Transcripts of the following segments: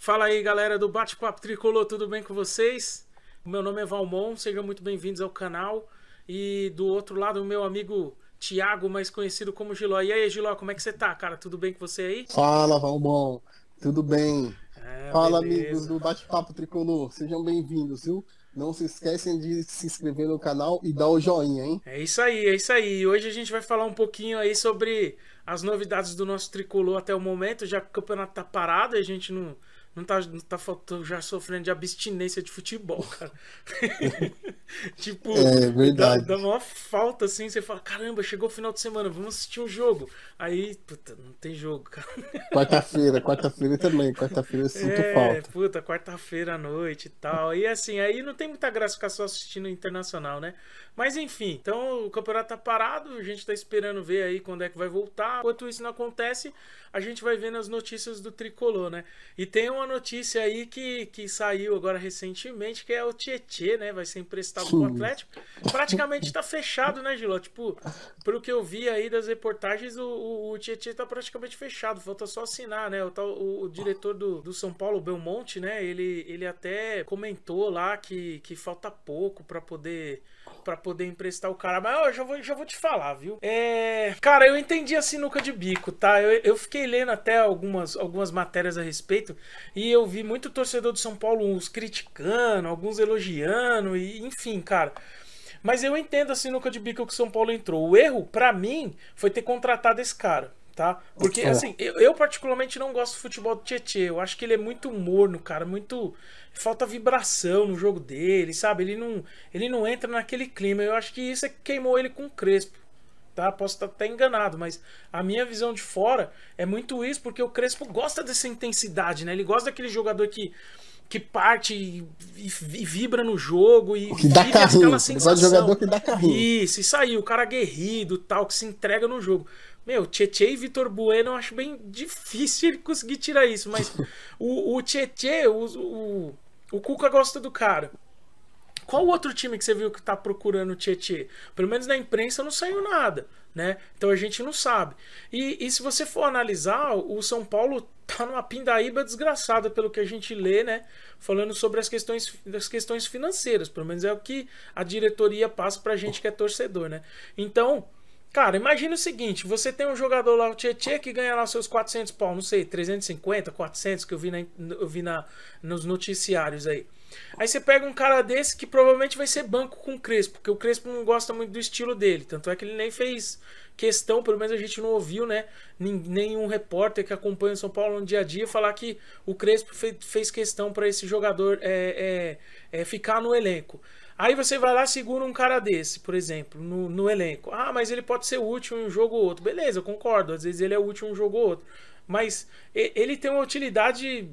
Fala aí, galera do Bate-Papo Tricolor, tudo bem com vocês? Meu nome é Valmon, sejam muito bem-vindos ao canal. E do outro lado, o meu amigo Thiago, mais conhecido como Giló. E aí, Giló, como é que você tá, cara? Tudo bem com você aí? Fala, Valmon. Tudo bem? É, Fala, amigos beleza. do Bate-Papo Tricolor. Sejam bem-vindos, viu? Não se esquecem de se inscrever no canal e dar o joinha, hein? É isso aí, é isso aí. Hoje a gente vai falar um pouquinho aí sobre as novidades do nosso tricolor até o momento, já que o campeonato tá parado, e a gente não tá já sofrendo de abstinência de futebol, cara. Tipo, É dá verdade. maior falta assim, você fala, caramba, chegou o final de semana, vamos assistir um jogo. Aí, puta, não tem jogo, cara. Quarta-feira também. Quarta-feira eu sinto É, falta. puta, quarta-feira à noite e tal. E assim, aí não tem muita graça ficar só assistindo o Internacional, né? Mas enfim, então o campeonato tá parado, a gente tá esperando ver aí quando é que vai voltar. Enquanto isso não acontece, a gente vai vendo as notícias do Tricolor, né? E tem uma notícia aí que saiu agora recentemente, que é o Tietê, né? Vai ser emprestado pro Atlético. Praticamente tá fechado, né, Giló? Tipo, pelo que eu vi aí das reportagens, o Tietê tá praticamente fechado, falta só assinar, né? O diretor do São Paulo, Belmonte, né? Ele até comentou lá que falta pouco pra poder emprestar o cara. Mas eu já vou te falar, viu? Cara, eu entendi a sinuca de bico, tá? Eu fiquei lendo até algumas matérias a respeito e eu vi muito torcedor do São Paulo, uns criticando, alguns elogiando, e enfim, cara. Mas eu entendo a sinuca de bico que o São Paulo entrou. O erro, pra mim, foi ter contratado esse cara, tá? Porque, É. assim, eu particularmente não gosto do futebol do Tietê. Eu acho que ele é muito morno, cara. Muito. Falta vibração no jogo dele, sabe? Ele não entra naquele clima. Eu acho que isso é que queimou ele com o Crespo. Tá? Posso estar até enganado, mas a minha visão de fora é muito isso, porque o Crespo gosta dessa intensidade, né? Ele gosta daquele jogador que parte e vibra no jogo e O que dá vive aquela carrinho. Ele gosta de sensação. jogador que dá carrinho. Isso aí, o cara aguerrido, tal, que se entrega no jogo. Meu, Tietê e Vitor Bueno eu acho bem difícil ele conseguir tirar isso, mas o Tietê, o Cuca gosta do cara. Qual outro time que você viu que tá procurando o Tietê? Pelo menos na imprensa não saiu nada, né? Então a gente não sabe. E se você for analisar, o São Paulo tá numa pindaíba desgraçada pelo que a gente lê, né? Falando sobre as questões financeiras. Pelo menos é o que a diretoria passa pra gente que é torcedor, né? Então, cara, imagina o seguinte, você tem um jogador lá, o Tietê, que ganha lá seus 400 pau, não sei, 350, 400, que eu vi nos noticiários aí. Aí você pega um cara desse que provavelmente vai ser banco com o Crespo, porque o Crespo não gosta muito do estilo dele. Tanto é que ele nem fez questão, pelo menos a gente não ouviu, né? Nenhum repórter que acompanha o São Paulo no dia a dia falar que o Crespo fez questão para esse jogador ficar no elenco. Aí você vai lá e segura um cara desse, por exemplo, no elenco. Ah, mas ele pode ser útil em um jogo ou outro. Beleza, eu concordo. Às vezes ele é útil em um jogo ou outro. Mas ele tem uma utilidade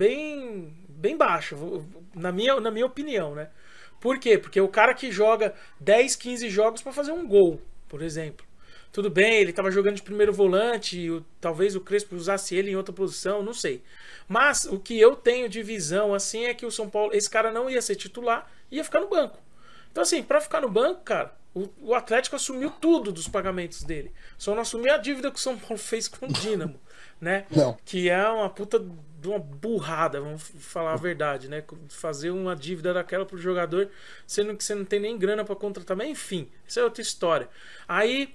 bem baixa, na minha opinião, né? Por quê? Porque o cara que joga 10, 15 jogos para fazer um gol, por exemplo. Tudo bem, ele estava jogando de primeiro volante, talvez o Crespo usasse ele em outra posição, não sei. Mas o que eu tenho de visão assim é que o São Paulo, esse cara não ia ser titular, ia ficar no banco. Então assim, para ficar no banco, cara, o Atlético assumiu tudo dos pagamentos dele. Só não assumiu a dívida que o São Paulo fez com o Dínamo, né? Não. Que é uma puta de uma burrada, vamos falar a verdade, né? Fazer uma dívida daquela pro jogador, sendo que você não tem nem grana para contratar. Mas enfim, isso é outra história. Aí,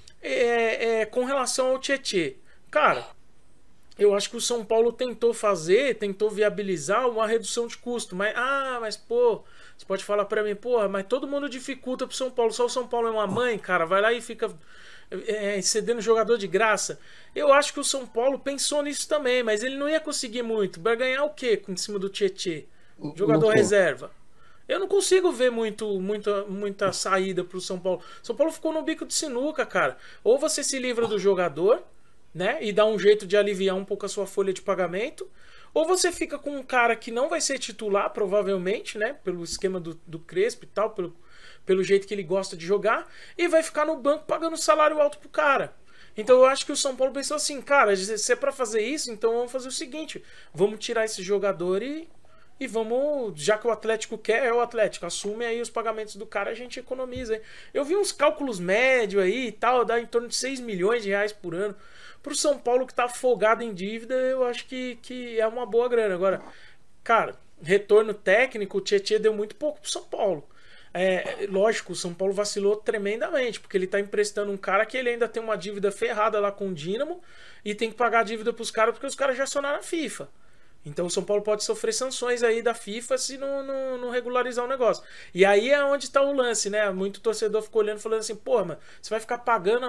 com relação ao Tietê, cara, eu acho que o São Paulo tentou viabilizar uma redução de custo, mas pô, você pode falar pra mim, porra, mas todo mundo dificulta pro São Paulo, só o São Paulo é uma mãe, cara, vai lá e fica cedendo jogador de graça. Eu acho que o São Paulo pensou nisso também, mas ele não ia conseguir muito. Vai ganhar o quê em cima do Tietê? No Jogador quê? reserva. Eu não consigo ver muita saída pro São Paulo. São Paulo ficou no bico de sinuca, cara. Ou você se livra do jogador, né? E dá um jeito de aliviar um pouco a sua folha de pagamento. Ou você fica com um cara que não vai ser titular, provavelmente, né? Pelo esquema do Crespo e tal, pelo jeito que ele gosta de jogar. E vai ficar no banco pagando salário alto pro cara. Então eu acho que o São Paulo pensou assim, cara, se é pra fazer isso, então vamos fazer o seguinte: vamos tirar esse jogador e vamos, já que o Atlético quer, é o Atlético, assume aí os pagamentos do cara, a gente economiza. Hein? Eu vi uns cálculos médios aí e tal, dá em torno de 6 milhões de reais por ano. Pro São Paulo que tá afogado em dívida, eu acho que é uma boa grana. Agora, cara, retorno técnico, o Tietê deu muito pouco pro São Paulo. Lógico, o São Paulo vacilou tremendamente, porque ele tá emprestando um cara que ele ainda tem uma dívida ferrada lá com o Dínamo e tem que pagar a dívida pros caras porque os caras já acionaram a FIFA. Então o São Paulo pode sofrer sanções aí da FIFA se não regularizar o negócio. E aí é onde tá o lance, né? Muito torcedor ficou olhando falando assim, pô, mano, você vai ficar pagando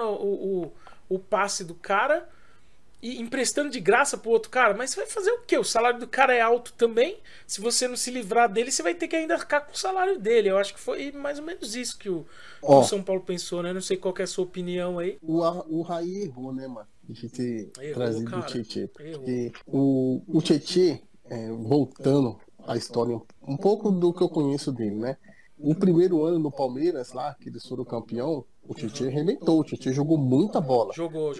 o passe do cara e emprestando de graça pro outro cara, mas você vai fazer o quê? O salário do cara é alto também. Se você não se livrar dele, você vai ter que ainda ficar com o salário dele. Eu acho que foi mais ou menos isso que o São Paulo pensou, né? Não sei qual que é a sua opinião aí. O Raí errou, né, mano? De ter trazido cara. o Tietê. Porque o Tietê, voltando à história, um pouco do que eu conheço dele, né? O primeiro ano no Palmeiras, lá, que eles foram campeão, o Tietê arrebentou. O Tietê jogou muita bola. Jogou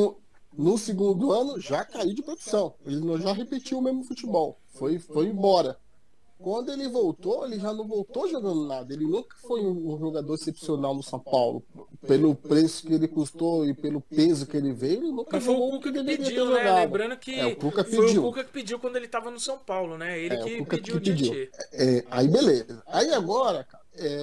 no segundo ano, já caiu de produção. Ele não já repetiu o mesmo futebol. Foi embora. Quando ele voltou, ele já não voltou jogando nada. Ele nunca foi um jogador excepcional no São Paulo. Pelo preço que ele custou e pelo peso que ele veio, ele nunca jogou o que deveria ter jogado. Né? Lembrando que foi o Cuca que pediu quando ele estava no São Paulo, né? Ele que pediu o Tietê. Aí beleza. Aí agora, cara,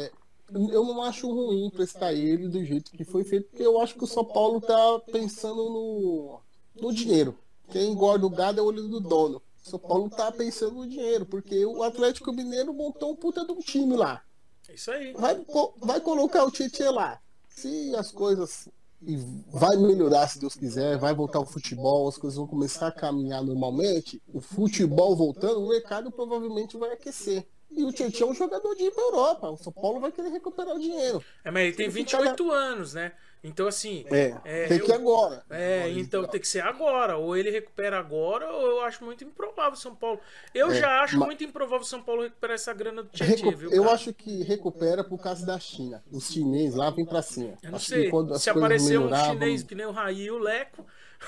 eu não acho ruim emprestar ele do jeito que foi feito, porque eu acho que o São Paulo tá pensando no dinheiro. Quem engorda o gado é o olho do dono. O São Paulo tá pensando no dinheiro, porque o Atlético Mineiro montou um puta de um time lá. É isso aí. Vai colocar o Tietê lá. Se as coisas vai melhorar, se Deus quiser, vai voltar o futebol, as coisas vão começar a caminhar normalmente, o futebol voltando, o mercado provavelmente vai aquecer. E o Tietê é um jogador de ir pra Europa. O São Paulo vai querer recuperar o dinheiro. Mas ele tem 28 anos, né? Então, assim. Tem que ir agora. Então tem que ser agora. Ou ele recupera agora, ou eu acho muito improvável o São Paulo. Eu já acho muito improvável o São Paulo recuperar essa grana do Tietê, viu? Eu acho que recupera por causa da China. Os chineses lá vêm pra cima. Eu não sei. Se aparecer um chinês que nem o Raí e o Leco.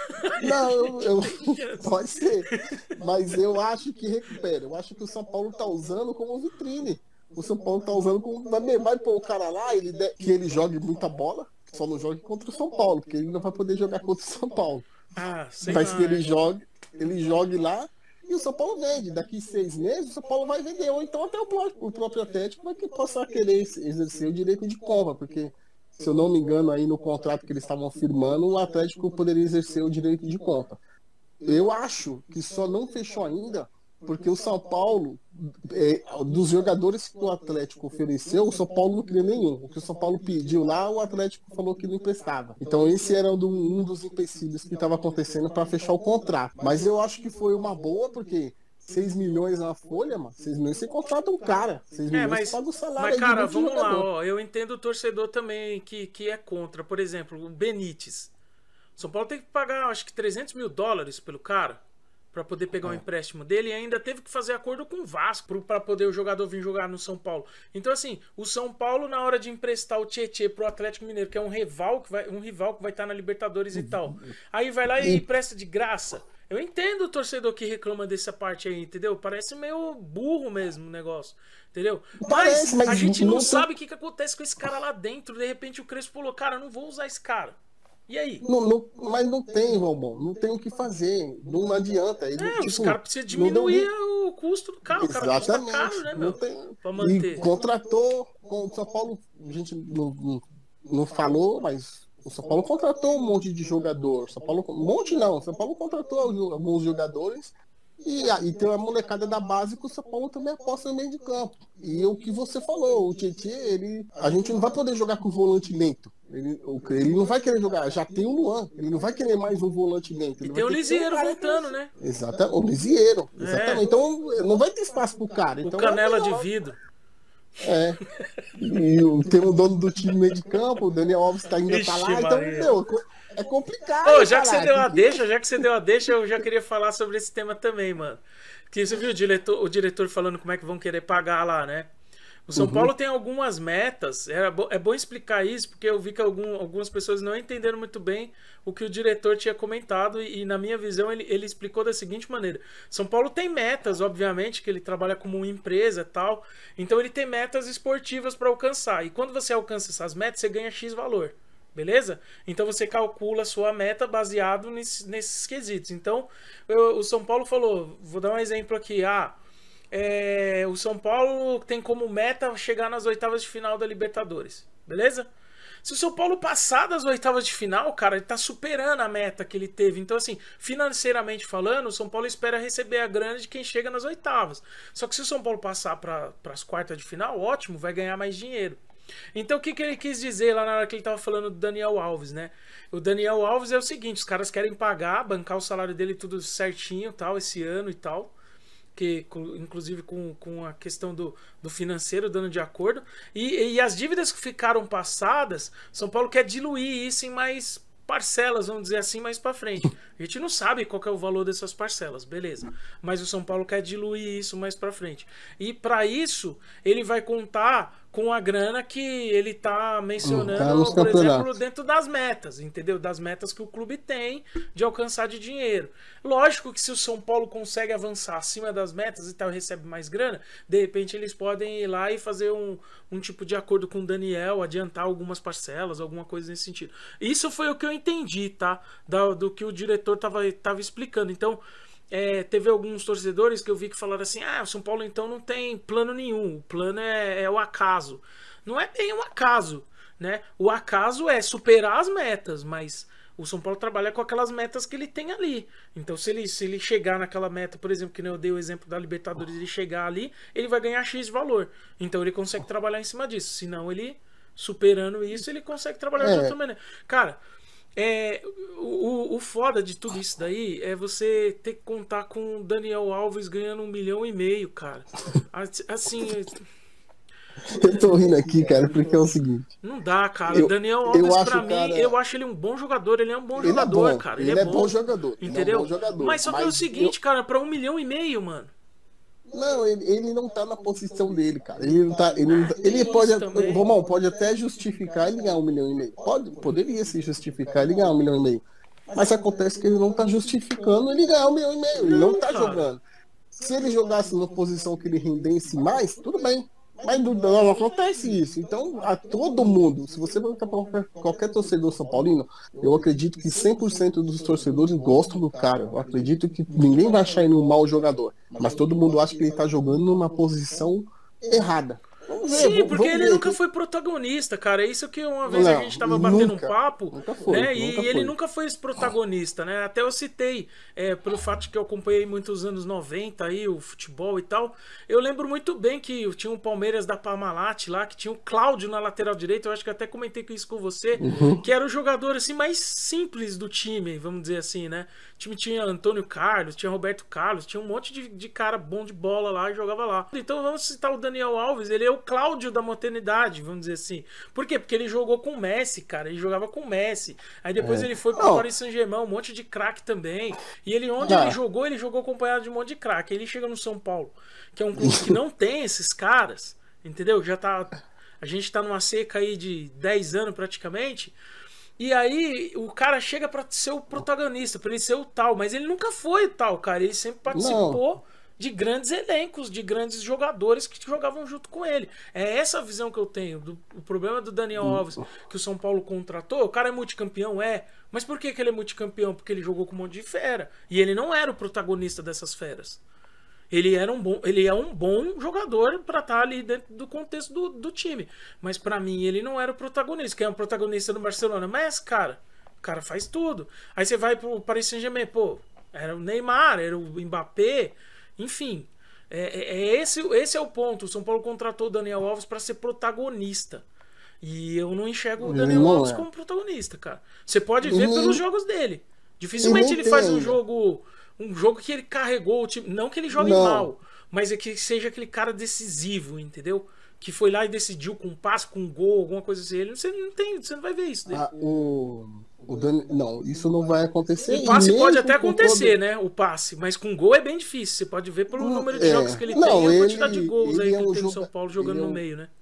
Não, pode ser. Mas eu acho que recupera. Eu acho que o São Paulo tá usando como vitrine. O São Paulo tá usando como. Vai pôr o cara lá, que ele jogue muita bola. Só não jogue contra o São Paulo, porque ele não vai poder jogar contra o São Paulo. Mas que ele jogue lá e o São Paulo vende. Daqui 6 meses o São Paulo vai vender. Ou então até o próprio Atlético vai passar a querer exercer o direito de compra, porque se eu não me engano aí no contrato que eles estavam firmando, o Atlético poderia exercer o direito de compra. Eu acho que só não fechou ainda porque o São Paulo, dos jogadores que o Atlético ofereceu, o São Paulo não queria nenhum. O que o São Paulo pediu lá, o Atlético falou que não emprestava. Então esse era um dos empecilhos que estava acontecendo para fechar o contrato. Mas eu acho que foi uma boa, porque 6 milhões na folha, mano. 6 milhões você contrata um cara. 6 milhões você paga o salário. Mas, cara, vamos lá, ó. Eu entendo o torcedor também que é contra. Por exemplo, o Benítez. São Paulo tem que pagar, acho que $300 mil pelo cara, para poder pegar o empréstimo dele, e ainda teve que fazer acordo com o Vasco para poder o jogador vir jogar no São Paulo. Então, assim, o São Paulo, na hora de emprestar o Tietê pro Atlético Mineiro, que é um rival que vai estar na Libertadores e tal, aí vai lá e empresta de graça. Eu entendo o torcedor que reclama dessa parte aí, entendeu? Parece meio burro mesmo o negócio, entendeu? Mas a gente não sabe o que acontece com esse cara lá dentro. De repente o Crespo falou, cara, eu não vou usar esse cara. E aí? Mas não tem, Romão. Não tem o que fazer. Não adianta. Os caras precisam diminuir o custo do carro. Exatamente. O cara custa caro, né, meu? Pra manter. E contratou, o São Paulo, a gente não falou, mas o São Paulo contratou um monte de jogador. São Paulo contratou alguns jogadores. E tem a molecada da base que o São Paulo também aposta no meio de campo. E o que você falou, o Tietê, a gente não vai poder jogar com o volante lento. Ele não vai querer jogar, já tem o Luan, ele não vai querer mais um volante lento. E tem o Lisieiro voltando, né? Exatamente, o Lisieiro, exatamente. Então não vai ter espaço pro cara. O canela de vidro. E tem um dono do time meio de campo, o Daniel Alves ainda tá lá, então, é complicado. Já que você deu a deixa, eu já queria falar sobre esse tema também, mano. Que você viu o diretor falando como é que vão querer pagar lá, né? O São Paulo tem algumas metas, é bom explicar isso, porque eu vi que algumas pessoas não entenderam muito bem o que o diretor tinha comentado, e na minha visão ele explicou da seguinte maneira: São Paulo tem metas, obviamente, que ele trabalha como uma empresa e tal, então ele tem metas esportivas para alcançar, e quando você alcança essas metas, você ganha X valor. Beleza? Então você calcula a sua meta baseado nesses quesitos. Então, o São Paulo falou, vou dar um exemplo aqui, o São Paulo tem como meta chegar nas oitavas de final da Libertadores, beleza? Se o São Paulo passar das oitavas de final, cara, ele tá superando a meta que ele teve. Então, assim, financeiramente falando, o São Paulo espera receber a grana de quem chega nas oitavas. Só que se o São Paulo passar para as quartas de final, ótimo, vai ganhar mais dinheiro. Então, o que ele quis dizer lá na hora que ele tava falando do Daniel Alves, né? O Daniel Alves é o seguinte, os caras querem pagar, bancar o salário dele tudo certinho, tal, esse ano e tal, que inclusive com a questão do financeiro dando de acordo, e as dívidas que ficaram passadas, São Paulo quer diluir isso em mais parcelas, vamos dizer assim, mais para frente. A gente não sabe qual que é o valor dessas parcelas, beleza, mas o São Paulo quer diluir isso mais para frente, e para isso ele vai contar com a grana que ele tá mencionando, por exemplo, dentro das metas, entendeu? Das metas que o clube tem de alcançar de dinheiro. Lógico que se o São Paulo consegue avançar acima das metas e tal, recebe mais grana, de repente eles podem ir lá e fazer um tipo de acordo com o Daniel, adiantar algumas parcelas, alguma coisa nesse sentido. Isso foi o que eu entendi, tá? Do que o diretor tava explicando. Então, teve alguns torcedores que eu vi que falaram assim, o São Paulo então não tem plano nenhum, o plano é o acaso. Não é bem um acaso, né? O acaso é superar as metas, mas o São Paulo trabalha com aquelas metas que ele tem ali. Então se ele chegar naquela meta, por exemplo, que eu dei o exemplo da Libertadores, ele chegar ali, ele vai ganhar X de valor. Então ele consegue trabalhar em cima disso, senão ele, superando isso, ele consegue trabalhar de outra maneira. Cara, o foda de tudo isso daí é você ter que contar com o Daniel Alves ganhando 1,5 milhão, cara. Assim. Eu tô rindo aqui, cara, porque é o seguinte. Não dá, cara. Daniel Alves, pra mim, eu acho ele um bom jogador. Ele é um bom jogador, cara. Ele é bom jogador. Entendeu? É um bom jogador, mas só que é o seguinte, cara, pra 1,5 milhão, mano. Não, ele não tá na posição dele, cara. Ele pode, Romão, pode até justificar ele ganhar 1,5 milhão. Poderia se justificar ele ganhar 1,5 milhão. Mas acontece que ele não tá justificando ele ganhar 1,5 milhão. Ele não tá jogando. Se ele jogasse na posição que ele rendesse mais, tudo bem. Mas não acontece isso. Então, a todo mundo, se você perguntar para qualquer torcedor são paulino, eu acredito que 100% dos torcedores gostam do cara. Eu acredito que ninguém vai achar ele um mau jogador. Mas todo mundo acha que ele está jogando numa posição errada. Vamos ver, sim, porque ele nunca foi protagonista, cara. É isso que uma vez a gente tava batendo um papo, né? E ele nunca foi esse protagonista, né? Até eu citei, pelo fato de que eu acompanhei muitos anos 90 aí, o futebol e tal. Eu lembro muito bem que tinha o Palmeiras da Parmalat lá, que tinha o Cláudio na lateral direita. Eu acho que até comentei isso com você, que era o jogador assim mais simples do time, vamos dizer assim, né? O time tinha Antônio Carlos, tinha Roberto Carlos, tinha um monte de cara bom de bola lá e jogava lá. Então vamos citar o Daniel Alves, ele é o Cláudio da modernidade, vamos dizer assim. Por quê? Porque ele jogou com o Messi, cara. Ele jogava com o Messi. Aí depois ele foi pro Paris Saint-Germain, um monte de craque também. E onde ele jogou acompanhado de um monte de craque. Ele chega no São Paulo, que é um clube que não tem esses caras, entendeu? A gente tá numa seca aí de 10 anos praticamente. E aí o cara chega pra ser o protagonista, pra ele ser o tal. Mas ele nunca foi o tal, cara. Ele sempre participou de grandes elencos, de grandes jogadores que jogavam junto com ele. É essa a visão que eu tenho. O problema do Daniel Alves, que o São Paulo contratou, o cara é multicampeão, mas por que ele é multicampeão? Porque ele jogou com um monte de fera. E ele não era o protagonista dessas feras. Ele é um bom jogador pra estar ali dentro do contexto do time. Mas pra mim ele não era o protagonista. Quem é o protagonista do Barcelona? Mas, cara, o cara faz tudo. Aí você vai pro Paris Saint-Germain, era o Neymar, era o Mbappé, enfim. Esse é o ponto. O São Paulo contratou o Daniel Alves pra ser protagonista. E eu não enxergo o Daniel Alves como protagonista, cara. Você pode ver pelos jogos dele. Dificilmente ele faz um jogo que ele carregou o time. Não que ele jogue mal, mas é que seja aquele cara decisivo, entendeu? que foi lá e decidiu com um passe, com um gol, alguma coisa assim. Você não vai ver isso dele. Não, isso não vai acontecer. O passe pode até com acontecer, né? O passe, mas com gol é bem difícil. Você pode ver pelo número de jogos que ele tem e a quantidade de gols aí que ele tem no São Paulo jogando no meio, né?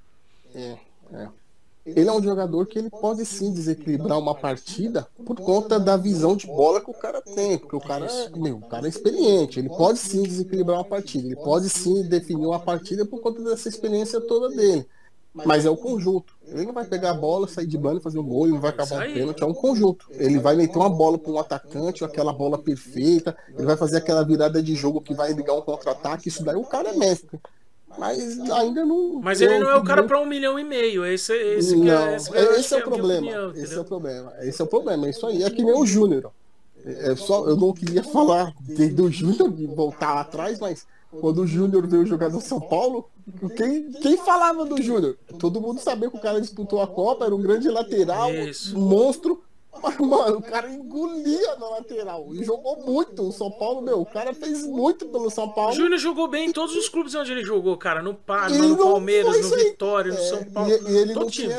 Ele é um jogador que ele pode sim desequilibrar uma partida por conta da visão de bola que o cara tem, porque o cara é experiente, ele pode sim desequilibrar uma partida, ele pode sim definir uma partida por conta dessa experiência toda dele. Mas é o conjunto. Ele não vai pegar a bola, sair de banda, fazer um gol, ele não vai acabar um pênalti, é um conjunto. Ele vai meter uma bola para um atacante, aquela bola perfeita, ele vai fazer aquela virada de jogo que vai ligar um contra-ataque, isso daí o cara é mestre. Mas ainda não. Mas ele não é o cara para 1,5 milhão. Esse é o problema. Esse é o problema. É isso aí. É que nem o Júnior. Eu não queria falar do Júnior, de voltar lá atrás, mas quando o Júnior veio jogar no São Paulo, quem falava do Júnior? Todo mundo sabia que o cara disputou a Copa, era um grande lateral, um monstro. Mas, mano, o cara engolia na lateral e jogou muito. O São Paulo, o cara fez muito pelo São Paulo. O Júnior jogou bem em todos os clubes onde ele jogou, cara. No Parma, no Palmeiras, no Vitória, no São Paulo. E ele não tinha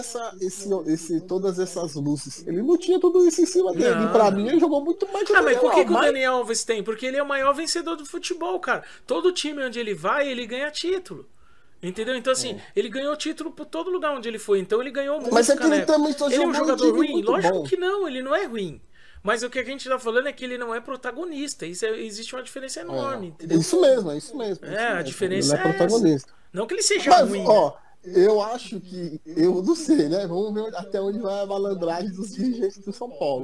todas essas luzes. Ele não tinha tudo isso em cima dele. E pra mim, ele jogou muito mais que o Daniel Alves. Mas por que o Daniel Alves tem? Porque ele é o maior vencedor do futebol, cara. Todo time onde ele vai, ele ganha título. Entendeu? Então, assim, ele ganhou título por todo lugar onde ele foi. Então, ele ganhou muito. Mas é que ele também ele é um jogador ruim? Lógico que não, ele não é ruim. Mas o que a gente tá falando é que ele não é protagonista. Existe uma diferença enorme, entendeu? Isso mesmo. A diferença ele é protagonista. Não que ele seja ruim. Ó, eu acho que. Eu não sei, né? Vamos ver até onde vai a malandragem dos dirigentes do São Paulo.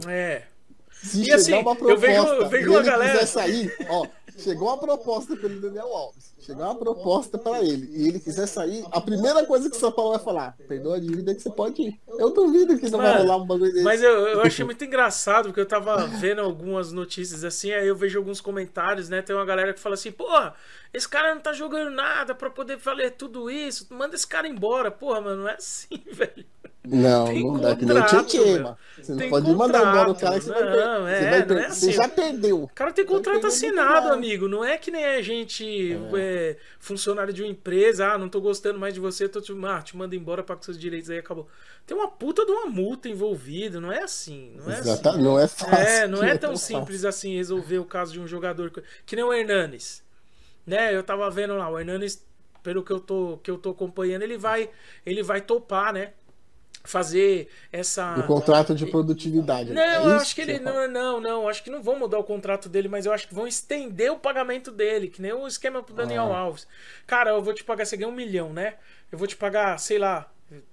Se chegar assim, uma proposta, eu vejo uma galera. Quiser sair, ó, chegou uma proposta pelo Daniel Alves. Chegou uma proposta para ele. E ele quiser sair, a primeira coisa que o São Paulo vai falar: perdoa a dívida que você pode ir. Eu duvido que não vai rolar um bagulho desse. Mas eu achei muito engraçado, porque eu tava vendo algumas notícias assim, aí eu vejo alguns comentários, né? Tem uma galera que fala assim: porra, esse cara não tá jogando nada pra poder valer tudo isso. Manda esse cara embora. Porra, mano, não é assim, velho. Não dá que nem o Tietê, mano. Você não pode mandar embora o cara que você vai perder. Não é assim. Você já perdeu. O cara tem contrato assinado, amigo. Não é que nem a gente, funcionário de uma empresa. Não tô gostando mais de você, te mando embora, paga seus direitos aí, acabou. Tem uma puta de uma multa envolvida. Não é assim. Não é assim. Não é fácil. Não é tão simples assim resolver o caso de um jogador que nem o Hernanes. Né? Eu tava vendo lá, o Hernanes, pelo que eu tô acompanhando, ele vai topar, né? Fazer o contrato de produtividade. Não, eu acho que ele não, acho que não vão mudar o contrato dele, mas eu acho que vão estender o pagamento dele, que nem o esquema pro Daniel Alves. Cara, eu vou te pagar, você ganha 1 milhão, né? Eu vou te pagar, sei lá,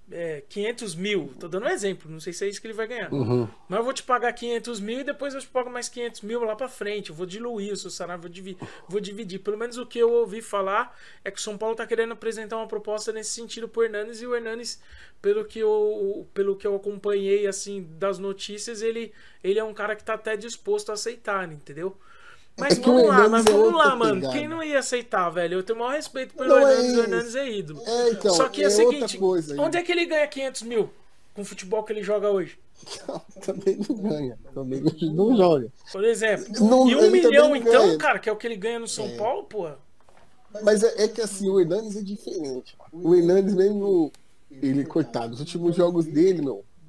500 mil. Tô dando um exemplo, não sei se é isso que ele vai ganhar. Mas eu vou te pagar 500 mil e depois eu te pago mais 500 mil lá pra frente. Eu vou diluir o seu salário, vou dividir. Pelo menos o que eu ouvi falar é que o São Paulo tá querendo apresentar uma proposta nesse sentido pro Hernanes, e o Hernanes, pelo que eu acompanhei assim das notícias, ele é um cara que tá até disposto a aceitar, entendeu? Mas vamos lá, mano. Quem não ia aceitar, velho? Eu tenho o maior respeito pelo Hernanes, o Hernanes é ídolo. Então, só que é o seguinte, onde é que ele ganha 500 mil com o futebol que ele joga hoje? Também não ganha. Também não joga. Por exemplo. E 1 milhão, então, cara, que é o que ele ganha no São Paulo, porra. Mas é que assim, o Hernanes é diferente. O Hernanes mesmo, ele, coitado, os últimos jogos dele,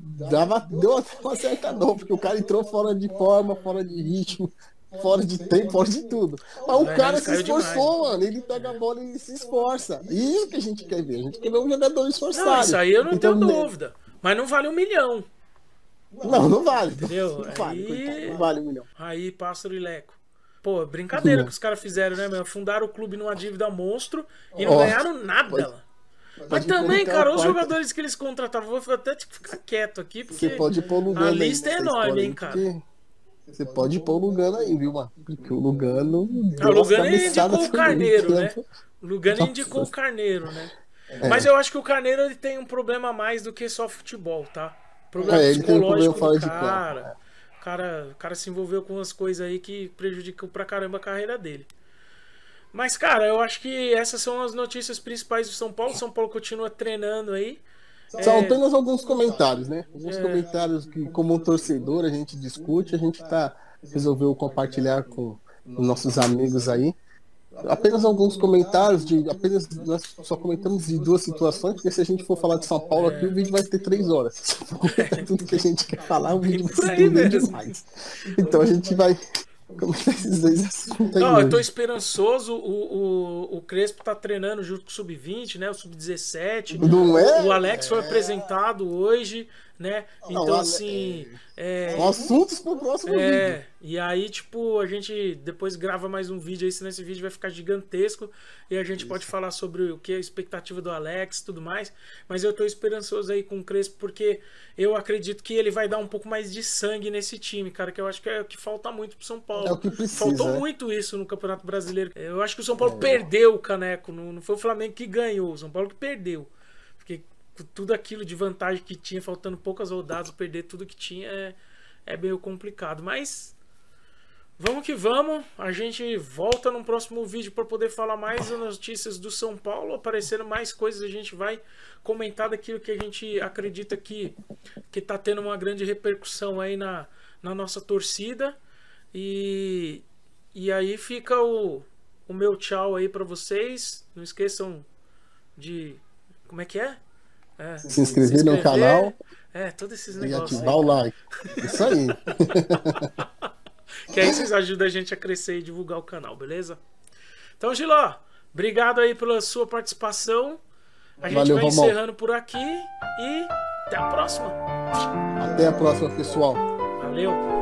deu até uma certa dor, porque o cara entrou fora de forma, fora de ritmo, fora de tempo, fora de tudo. Mas o cara se esforçou, mano. Ele pega a bola e se esforça. E isso que a gente quer ver. A gente quer ver um jogador esforçado. Não, isso aí eu não tenho dúvida. Mas não vale 1 milhão. Não vale. Entendeu? Não vale 1 milhão. Aí, Pássaro e Leco. Pô, brincadeira que os caras fizeram, né, meu? Fundaram o clube numa dívida monstro e não ganharam nada. Mas também, cara, os jogadores que eles contratavam, vou até ficar quieto aqui, porque a lista é enorme, hein, cara. Você pode pôr o Lugano aí, viu, mano? Porque o Lugano. O Lugano indicou o Carneiro, né? O Lugano indicou o Carneiro, né? Mas eu acho que o Carneiro ele tem um problema a mais do que só futebol, tá? Problema psicológico do cara. O cara se envolveu com umas coisas aí que prejudicam pra caramba a carreira dele. Mas, cara, eu acho que essas são as notícias principais do São Paulo. São Paulo continua treinando aí. São apenas alguns comentários, né? Alguns comentários que, como um torcedor, a gente discute, a gente resolveu compartilhar com os nossos amigos aí. apenas alguns comentários de apenas nós só comentamos de duas situações, porque se a gente for falar de São Paulo aqui, o vídeo vai ter 3 horas. Se for comentar tudo que a gente quer falar, o vídeo vai se estender demais. Então a gente vai comentar esses 2 assuntos aí. Não, eu tô hoje. esperançoso. O Crespo tá treinando junto com o Sub-20, né? O Sub-17. Não é? O Alex foi apresentado hoje, né? Não, Então, assim. São assuntos pro próximo vídeo. E aí, tipo, a gente depois grava mais um vídeo aí, senão esse vídeo vai ficar gigantesco. E a gente pode falar sobre o que é a expectativa do Alex e tudo mais. Mas eu tô esperançoso aí com o Crespo, porque eu acredito que ele vai dar um pouco mais de sangue nesse time, cara. Que eu acho que é o que falta muito pro São Paulo. É o que precisa. Faltou muito isso no Campeonato Brasileiro. Eu acho que o São Paulo perdeu o caneco. Não foi o Flamengo que ganhou, o São Paulo que perdeu. Porque tudo aquilo de vantagem que tinha, faltando poucas rodadas, perder tudo que tinha é meio complicado. Mas vamos que vamos. A gente volta no próximo vídeo para poder falar mais das notícias do São Paulo. Aparecendo mais coisas, a gente vai comentar daquilo que a gente acredita que tá tendo uma grande repercussão aí na nossa torcida. E aí fica o meu tchau aí para vocês. Não esqueçam de... Como é que é? Se inscrever no canal todos esses e negócios ativar aí, o like. Isso aí. que aí vocês ajudam a gente a crescer e divulgar o canal, beleza? Então, Giló, obrigado aí pela sua participação. A gente Valeu, vai Romão. encerrando por aqui e até a próxima. Até a próxima, pessoal. Valeu.